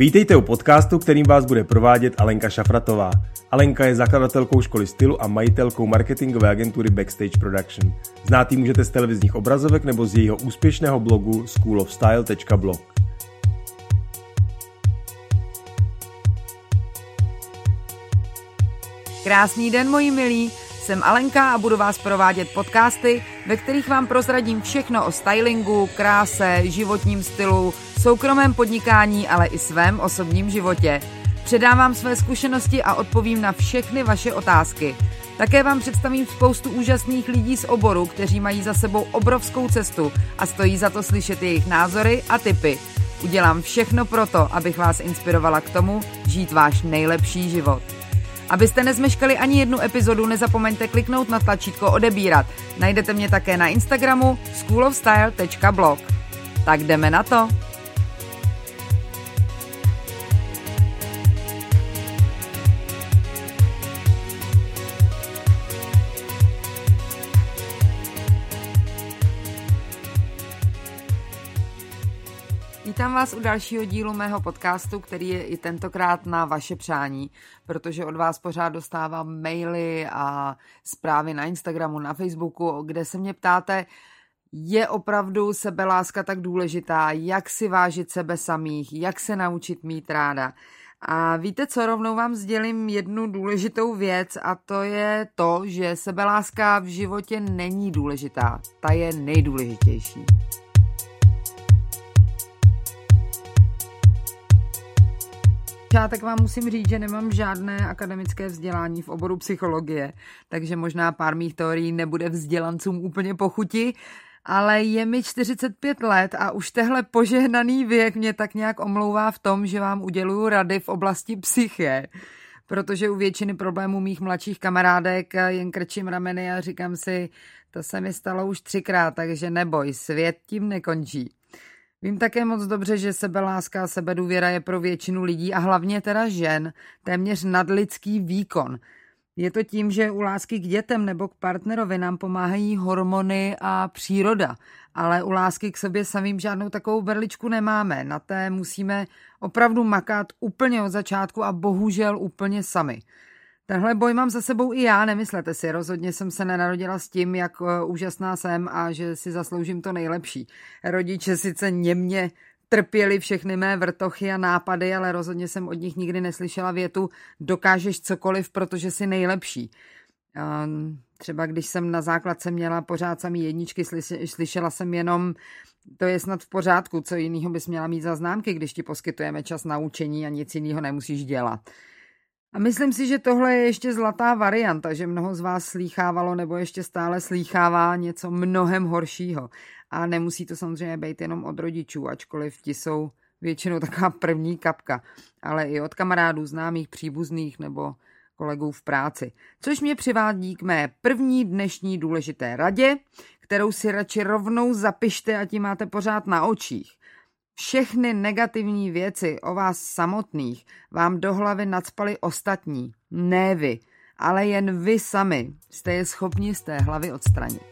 Vítejte u podcastu, kterým vás bude provádět Alenka Šafratová. Alenka je zakladatelkou školy stylu a majitelkou marketingové agentury Backstage Production. Znát ji můžete z televizních obrazovek nebo z jejího úspěšného blogu schoolofstyle.blog. Krásný den, moji milí, jsem Alenka a budu vás provádět podcasty, ve kterých vám prozradím všechno o stylingu, kráse, životním stylu, soukromém podnikání, ale i svém osobním životě. Předávám své zkušenosti a odpovím na všechny vaše otázky. Také vám představím spoustu úžasných lidí z oboru, kteří mají za sebou obrovskou cestu a stojí za to slyšet jejich názory a tipy. Udělám všechno proto, abych vás inspirovala k tomu, žít váš nejlepší život. Abyste nezmeškali ani jednu epizodu, nezapomeňte kliknout na tlačítko odebírat. Najdete mě také na Instagramu schoolofstyle.blog. Tak jdeme na to. Vítám vás u dalšího dílu mého podcastu, který je i tentokrát na vaše přání, protože od vás pořád dostávám maily a zprávy na Instagramu, na Facebooku, kde se mě ptáte, je opravdu sebeláska tak důležitá, jak si vážit sebe samých, jak se naučit mít ráda. A víte co, rovnou vám sdělím jednu důležitou věc a to je to, že sebeláska v životě není důležitá, ta je nejdůležitější. Tak vám musím říct, že nemám žádné akademické vzdělání v oboru psychologie, takže možná pár mých teorií nebude vzdělancům úplně po chuti, ale je mi 45 let a už tehle požehnaný věk mě tak nějak omlouvá v tom, že vám uděluju rady v oblasti psyché, protože u většiny problémů mých mladších kamarádek jen krčím rameny a říkám si, to se mi stalo už 3krát, takže neboj, svět tím nekončí. Vím také moc dobře, že sebeláska a sebedůvěra je pro většinu lidí a hlavně teda žen téměř nadlidský výkon. Je to tím, že u lásky k dětem nebo k partnerovi nám pomáhají hormony a příroda, ale u lásky k sobě samým žádnou takovou berličku nemáme. Na té musíme opravdu makat úplně od začátku a bohužel úplně sami. Tenhle boj mám za sebou i já, nemyslete si, rozhodně jsem se nenarodila s tím, jak úžasná jsem a že si zasloužím to nejlepší. Rodiče sice němě trpěli všechny mé vrtochy a nápady, ale rozhodně jsem od nich nikdy neslyšela větu dokážeš cokoliv, protože jsi nejlepší. Třeba když jsem na základce měla pořád samý jedničky, slyšela jsem jenom to je snad v pořádku, co jinýho bys měla mít za známky, když ti poskytujeme čas na učení a nic jiného nemusíš dělat. A myslím si, že tohle je ještě zlatá varianta, že mnoho z vás slýchávalo nebo ještě stále slýchává něco mnohem horšího. A nemusí to samozřejmě být jenom od rodičů, ačkoliv ti jsou většinou taková první kapka, ale i od kamarádů, známých, příbuzných nebo kolegů v práci. Což mě přivádí k mé první dnešní důležité radě, kterou si radši rovnou zapište a tím máte pořád na očích. Všechny negativní věci o vás samotných vám do hlavy nacpali ostatní, ne vy, ale jen vy sami jste je schopni z té hlavy odstranit.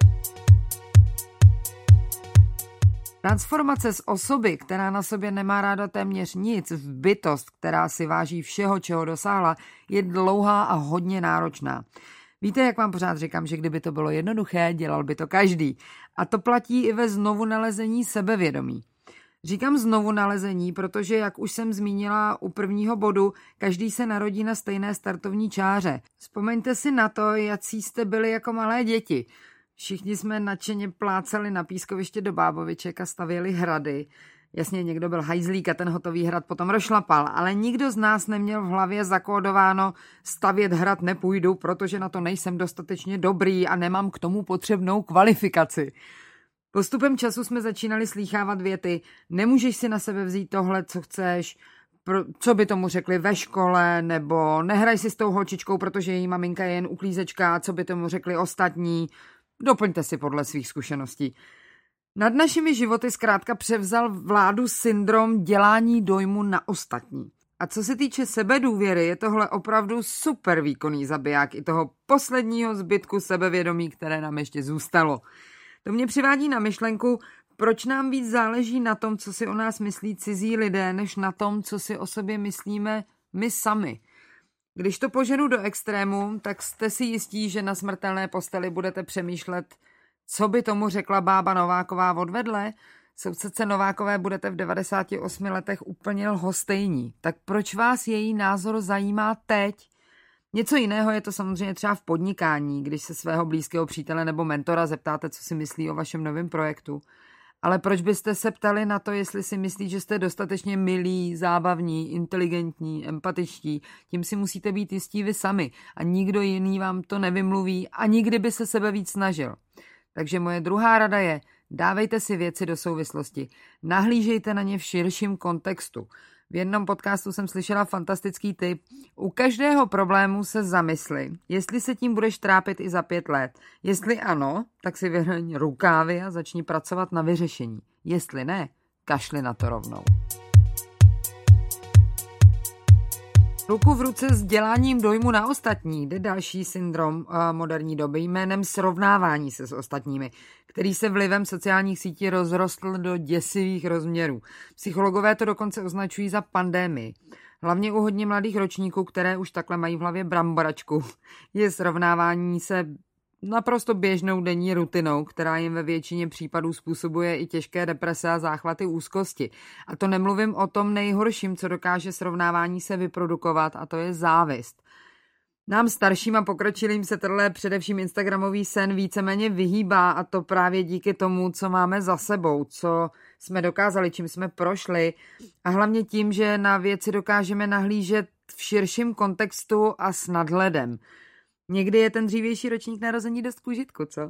Transformace z osoby, která na sobě nemá ráda téměř nic, v bytost, která si váží všeho, čeho dosáhla, je dlouhá a hodně náročná. Víte, jak vám pořád říkám, že kdyby to bylo jednoduché, dělal by to každý. A to platí i ve znovu nalezení sebevědomí. Říkám znovu nalezení, protože, jak už jsem zmínila u prvního bodu, každý se narodí na stejné startovní čáře. Vzpomeňte si na to, jací jste byli jako malé děti. Všichni jsme nadšeně plácali na pískoviště do báboviček a stavěli hrady. Jasně, někdo byl hajzlík a ten hotový hrad potom rozšlapal, ale nikdo z nás neměl v hlavě zakódováno stavět hrad nepůjdu, protože na to nejsem dostatečně dobrý a nemám k tomu potřebnou kvalifikaci. Postupem času jsme začínali slýchávat věty, nemůžeš si na sebe vzít tohle, co chceš, co by tomu řekli ve škole, nebo nehraj si s tou holčičkou, protože její maminka je jen uklízečka, co by tomu řekli ostatní. Doplňte si podle svých zkušeností. Nad našimi životy zkrátka převzal vládu syndrom dělání dojmu na ostatní. A co se týče sebedůvěry, je tohle opravdu super výkonný zabiják i toho posledního zbytku sebevědomí, které nám ještě zůstalo. To mě přivádí na myšlenku, proč nám víc záleží na tom, co si o nás myslí cizí lidé, než na tom, co si o sobě myslíme my sami? Když to poženu do extrému, tak jste si jistí, že na smrtelné posteli budete přemýšlet, co by tomu řekla bába Nováková odvedle? Soudcece Novákové budete v 98 letech úplně lhostejní. Tak proč vás její názor zajímá teď? Něco jiného je to samozřejmě třeba v podnikání, když se svého blízkého přítele nebo mentora zeptáte, co si myslí o vašem novém projektu. Ale proč byste se ptali na to, jestli si myslí, že jste dostatečně milí, zábavní, inteligentní, empatičtí? Tím si musíte být jistí vy sami a nikdo jiný vám to nevymluví a nikdy by se sebe víc snažil. Takže moje druhá rada je, dávejte si věci do souvislosti, nahlížejte na ně v širším kontextu. V jednom podcastu jsem slyšela fantastický tip. U každého problému se zamysli, jestli se tím budeš trápit i za 5 let. Jestli ano, tak si vyhrň rukávy a začni pracovat na vyřešení. Jestli ne, kašli na to rovnou. Ruku v ruce s děláním dojmu na ostatní jde další syndrom moderní doby jménem srovnávání se s ostatními, který se vlivem sociálních sítí rozrostl do děsivých rozměrů. Psychologové to dokonce označují za pandémii. Hlavně u hodně mladých ročníků, které už takhle mají v hlavě bramboračku, je srovnávání se naprosto běžnou denní rutinou, která jim ve většině případů způsobuje i těžké deprese a záchvaty úzkosti. A to nemluvím o tom nejhorším, co dokáže srovnávání se vyprodukovat, a to je závist. Nám starším a pokročilým se tenhle především instagramový sen víceméně vyhýbá, a to právě díky tomu, co máme za sebou, co jsme dokázali, čím jsme prošli, a hlavně tím, že na věci dokážeme nahlížet v širším kontextu a s nadhledem. Někdy je ten dřívější ročník narození dost k užitku, co?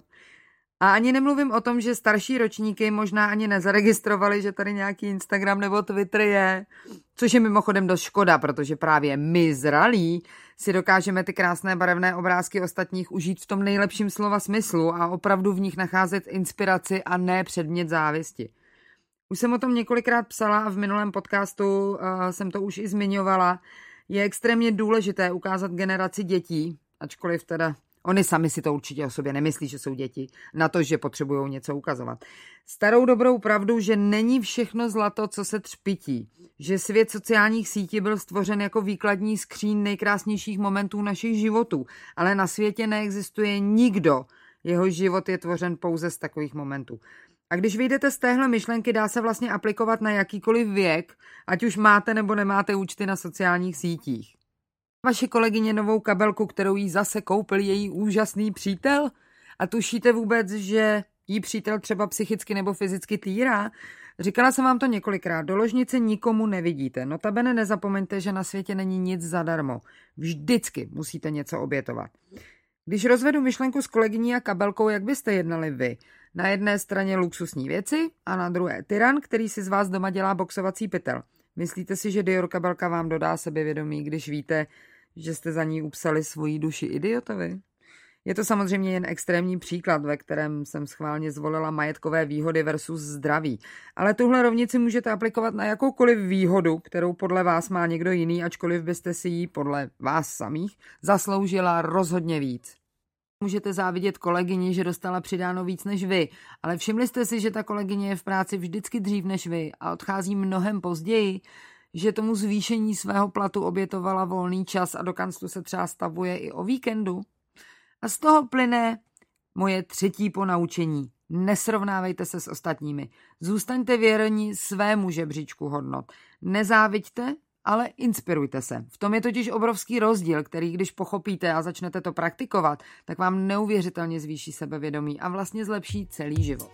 A ani nemluvím o tom, že starší ročníky možná ani nezaregistrovali, že tady nějaký Instagram nebo Twitter je, což je mimochodem dost škoda, protože právě my zralí si dokážeme ty krásné barevné obrázky ostatních užít v tom nejlepším slova smyslu a opravdu v nich nacházet inspiraci a ne předmět závisti. Už jsem o tom několikrát psala a v minulém podcastu jsem to už i zmiňovala. Je extrémně důležité ukázat generaci dětí, ačkoliv teda oni sami si to určitě o sobě nemyslí, že jsou děti, na to, že potřebují něco ukazovat. Starou dobrou pravdu, že není všechno zlato, co se třpytí. Že svět sociálních sítí byl stvořen jako výkladní skříň nejkrásnějších momentů našich životů, ale na světě neexistuje nikdo, jehož život je tvořen pouze z takových momentů. A když vyjdete z téhle myšlenky, dá se vlastně aplikovat na jakýkoliv věk, ať už máte nebo nemáte účty na sociálních sítích. Vaše kolegyně novou kabelku, kterou jí zase koupil její úžasný přítel? A tušíte vůbec, že jí přítel třeba psychicky nebo fyzicky týrá? Říkala jsem vám to několikrát, do ložnice nikomu nevidíte. Notabene nezapomeňte, že na světě není nic zadarmo. Vždycky musíte něco obětovat. Když rozvedu myšlenku s kolegyní a kabelkou, jak byste jednali vy? Na jedné straně luxusní věci a na druhé tyran, který si z vás doma dělá boxovací pytel. Myslíte si, že Dior kabelka vám dodá sebevědomí, když víte, že jste za ní upsali svoji duši idiotovi? Je to samozřejmě jen extrémní příklad, ve kterém jsem schválně zvolila majetkové výhody versus zdraví. Ale tuhle rovnici můžete aplikovat na jakoukoliv výhodu, kterou podle vás má někdo jiný, ačkoliv byste si ji podle vás samých zasloužila rozhodně víc. Můžete závidět kolegyni, že dostala přidáno víc než vy, ale všimli jste si, že ta kolegyně je v práci vždycky dřív než vy a odchází mnohem později, že tomu zvýšení svého platu obětovala volný čas a do kanclu se třeba stavuje i o víkendu? A z toho plyne moje třetí ponaučení. Nesrovnávejte se s ostatními. Zůstaňte věrní svému žebříčku hodnot. Nezáviďte, ale inspirujte se. V tom je totiž obrovský rozdíl, který když pochopíte a začnete to praktikovat, tak vám neuvěřitelně zvýší sebevědomí a vlastně zlepší celý život.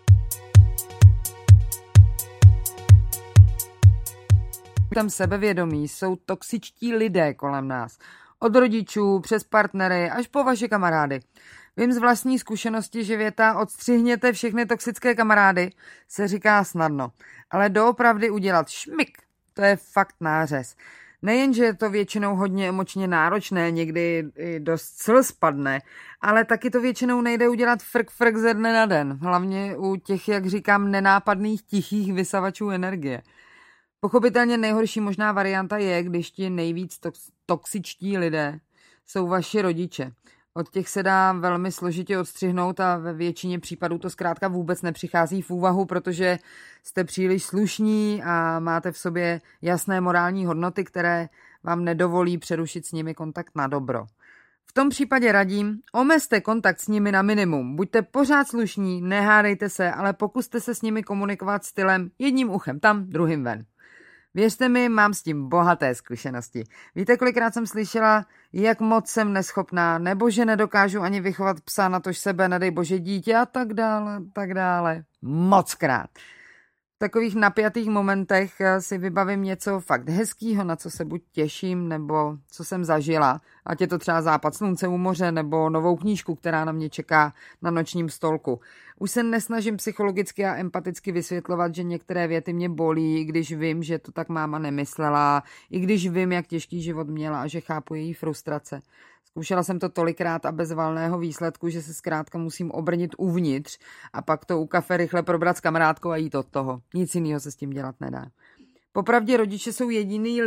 Tam sebevědomí jsou toxičtí lidé kolem nás. Od rodičů, přes partnery, až po vaše kamarády. Vím z vlastní zkušenosti, že věta odstřihněte všechny toxické kamarády se říká snadno. Ale doopravdy udělat šmik, to je fakt nářez. Nejenže je to většinou hodně emočně náročné, někdy i dost slz padne, ale taky to většinou nejde udělat frk ze dne na den. Hlavně u těch, jak říkám, nenápadných tichých vysavačů energie. Pochopitelně nejhorší možná varianta je, když ti nejvíc toxičtí lidé jsou vaši rodiče. Od těch se dá velmi složitě odstřihnout a ve většině případů to zkrátka vůbec nepřichází v úvahu, protože jste příliš slušní a máte v sobě jasné morální hodnoty, které vám nedovolí přerušit s nimi kontakt na dobro. V tom případě radím, omezte kontakt s nimi na minimum. Buďte pořád slušní, nehádejte se, ale pokuste se s nimi komunikovat stylem jedním uchem tam, druhým ven. Věřte mi, mám s tím bohaté zkušenosti. Víte, kolikrát jsem slyšela, jak moc jsem neschopná, nebo že nedokážu ani vychovat psa, natož sebe, nedej bože dítě a tak dále. Mockrát. V takových napjatých momentech si vybavím něco fakt hezkýho, na co se buď těším, nebo co jsem zažila. Ať je to třeba západ slunce u moře, nebo novou knížku, která na mě čeká na nočním stolku. Už se nesnažím psychologicky a empaticky vysvětlovat, že některé věty mě bolí, i když vím, že to tak máma nemyslela, i když vím, jak těžký život měla a že chápu její frustrace. Zkoušela jsem to tolikrát a bez valného výsledku, že se zkrátka musím obrnit uvnitř a pak to u kafe rychle probrat s kamarádkou a jít od toho. Nic jiného se s tím dělat nedá. Popravdě rodiče jsou jediní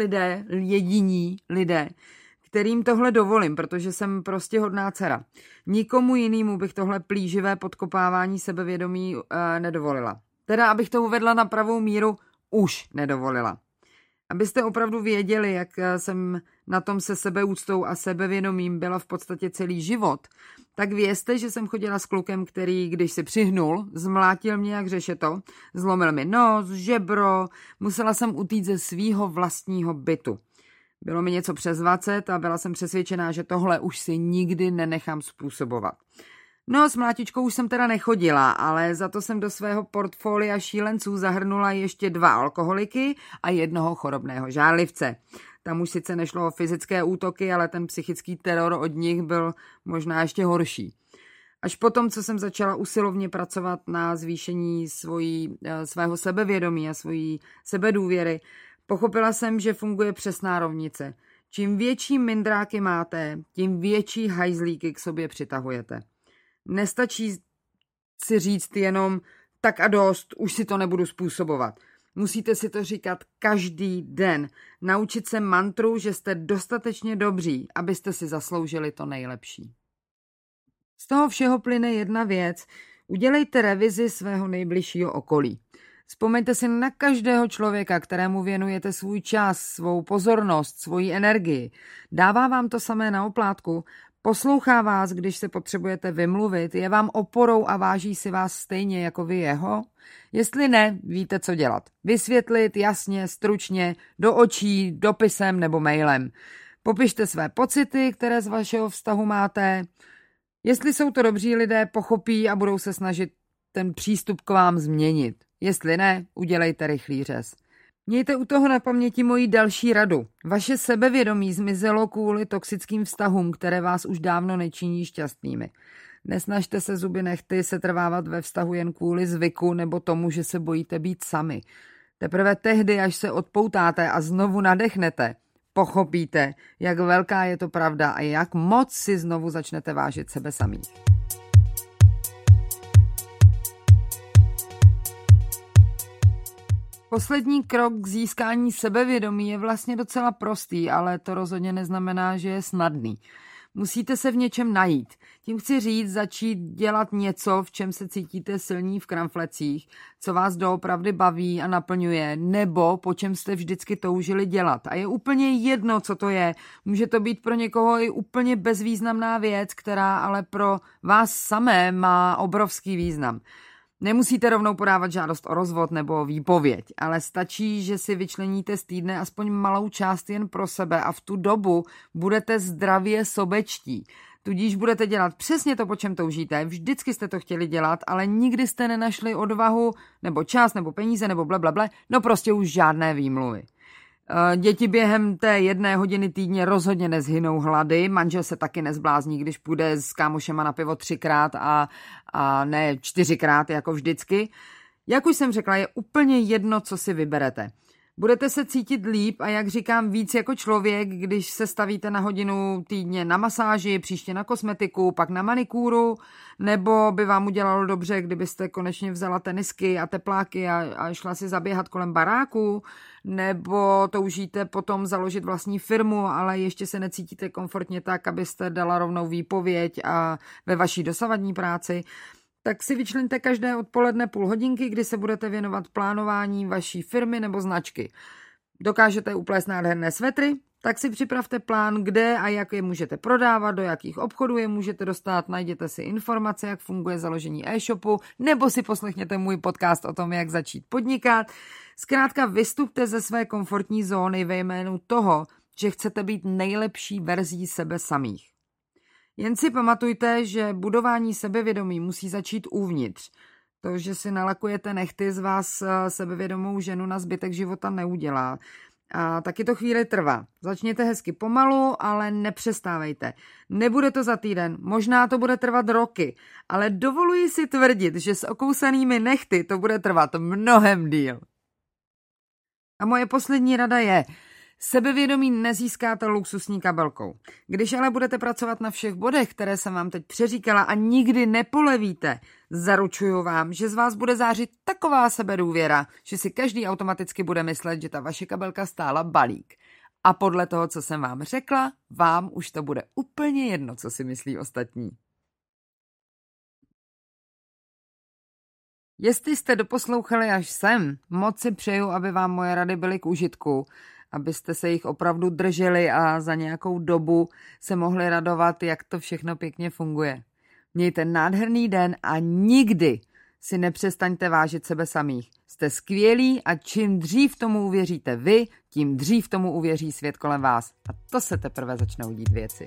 lidé, kterým tohle dovolím, protože jsem prostě hodná dcera. Nikomu jinému bych tohle plíživé podkopávání sebevědomí nedovolila. Teda, abych to uvedla na pravou míru, už nedovolila. Abyste opravdu věděli, jak jsem na tom se sebeúctou a sebevědomím byla v podstatě celý život, tak vězte, že jsem chodila s klukem, který, když si přihnul, zmlátil mě jak řešeto, zlomil mi nos, žebro, musela jsem utýct ze svýho vlastního bytu. Bylo mi něco přes 20 a byla jsem přesvědčená, že tohle už si nikdy nenechám způsobovat. No, s mlátičkou už jsem teda nechodila, ale za to jsem do svého portfolia šílenců zahrnula ještě 2 alkoholiky a 1 chorobného žárlivce. Tam už sice nešlo o fyzické útoky, ale ten psychický teror od nich byl možná ještě horší. Až potom, co jsem začala usilovně pracovat na zvýšení svého sebevědomí a svojí sebedůvěry, pochopila jsem, že funguje přesná rovnice. Čím větší mindráky máte, tím větší hajzlíky k sobě přitahujete. Nestačí si říct jenom tak a dost, už si to nebudu způsobovat. Musíte si to říkat každý den. Naučit se mantru, že jste dostatečně dobří, abyste si zasloužili to nejlepší. Z toho všeho plyne jedna věc. Udělejte revizi svého nejbližšího okolí. Vzpomeňte si na každého člověka, kterému věnujete svůj čas, svou pozornost, svoji energii. Dává vám to samé na oplátku? Poslouchá vás, když se potřebujete vymluvit, je vám oporou a váží si vás stejně jako vy jeho? Jestli ne, víte, co dělat. Vysvětlit jasně, stručně, do očí, dopisem nebo mailem. Popište své pocity, které z vašeho vztahu máte. Jestli jsou to dobří lidé, pochopí a budou se snažit ten přístup k vám změnit. Jestli ne, udělejte rychlý řez. Mějte u toho na paměti moji další radu. Vaše sebevědomí zmizelo kvůli toxickým vztahům, které vás už dávno nečiní šťastnými. Nesnažte se zuby nehty setrvávat ve vztahu jen kvůli zvyku nebo tomu, že se bojíte být sami. Teprve tehdy, až se odpoutáte a znovu nadechnete, pochopíte, jak velká je to pravda a jak moc si znovu začnete vážit sebe samých. Poslední krok k získání sebevědomí je vlastně docela prostý, ale to rozhodně neznamená, že je snadný. Musíte se v něčem najít. Tím chci říct, začít dělat něco, v čem se cítíte silní v kramflecích, co vás doopravdy baví a naplňuje, nebo po čem jste vždycky toužili dělat. A je úplně jedno, co to je. Může to být pro někoho i úplně bezvýznamná věc, která ale pro vás samé má obrovský význam. Nemusíte rovnou podávat žádost o rozvod nebo výpověď, ale stačí, že si vyčleníte z týdne aspoň malou část jen pro sebe a v tu dobu budete zdravě sobečtí. Tudíž budete dělat přesně to, po čem toužíte. Vždycky jste to chtěli dělat, ale nikdy jste nenašli odvahu, nebo čas, nebo peníze, nebo blablabla, no prostě už žádné výmluvy. Děti během té 1 hodiny týdně rozhodně nezhynou hlady, manžel se taky nezblázní, když půjde s kámošema na pivo 3krát a ne 4krát jako vždycky. Jak už jsem řekla, je úplně jedno, co si vyberete. Budete se cítit líp a jak říkám víc jako člověk, když se stavíte na hodinu týdně na masáži, příště na kosmetiku, pak na manikúru, nebo by vám udělalo dobře, kdybyste konečně vzala tenisky a tepláky a šla si zaběhat kolem baráku, nebo toužíte potom založit vlastní firmu, ale ještě se necítíte komfortně tak, abyste dala rovnou výpověď a ve vaší dosavadní práci, tak si vyčleňte každé odpoledne půl hodinky, kdy se budete věnovat plánování vaší firmy nebo značky. Dokážete uplést nádherné svetry, tak si připravte plán, kde a jak je můžete prodávat, do jakých obchodů je můžete dostat, najděte si informace, jak funguje založení e-shopu, nebo si poslechněte můj podcast o tom, jak začít podnikat. Zkrátka vystupte ze své komfortní zóny ve jménu toho, že chcete být nejlepší verzí sebe samých. Jen si pamatujte, že budování sebevědomí musí začít uvnitř. To, že si nalakujete nehty, z vás sebevědomou ženu na zbytek života neudělá. A taky to chvíli trvá. Začněte hezky pomalu, ale nepřestávejte. Nebude to za týden, možná to bude trvat roky, ale dovoluji si tvrdit, že s okousanými nehty to bude trvat mnohem díl. A moje poslední rada je: sebevědomí nezískáte luxusní kabelkou. Když ale budete pracovat na všech bodech, které jsem vám teď přeříkala a nikdy nepolevíte, zaručuju vám, že z vás bude zářit taková sebedůvěra, že si každý automaticky bude myslet, že ta vaše kabelka stála balík. A podle toho, co jsem vám řekla, vám už to bude úplně jedno, co si myslí ostatní. Jestli jste doposlouchali až sem, moc si přeju, aby vám moje rady byly k užitku, abyste se jich opravdu drželi a za nějakou dobu se mohli radovat, jak to všechno pěkně funguje. Mějte nádherný den a nikdy si nepřestaňte vážit sebe samých. Jste skvělí a čím dřív tomu uvěříte vy, tím dřív tomu uvěří svět kolem vás. A to se teprve začnou dít věci.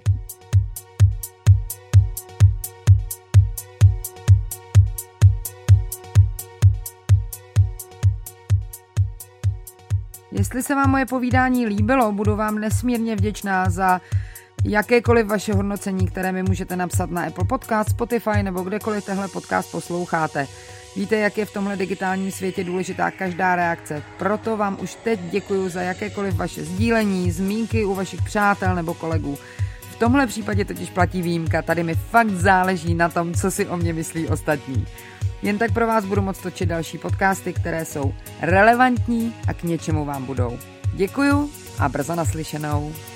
Jestli se vám moje povídání líbilo, budu vám nesmírně vděčná za jakékoliv vaše hodnocení, které mi můžete napsat na Apple Podcast, Spotify nebo kdekoliv tehle podcast posloucháte. Víte, jak je v tomhle digitálním světě důležitá každá reakce. Proto vám už teď děkuju za jakékoliv vaše sdílení, zmínky u vašich přátel nebo kolegů. V tomhle případě totiž platí výjimka, tady mi fakt záleží na tom, co si o mě myslí ostatní. Jen tak pro vás budu moct točit další podcasty, které jsou relevantní a k něčemu vám budou. Děkuju a brzo naslyšenou.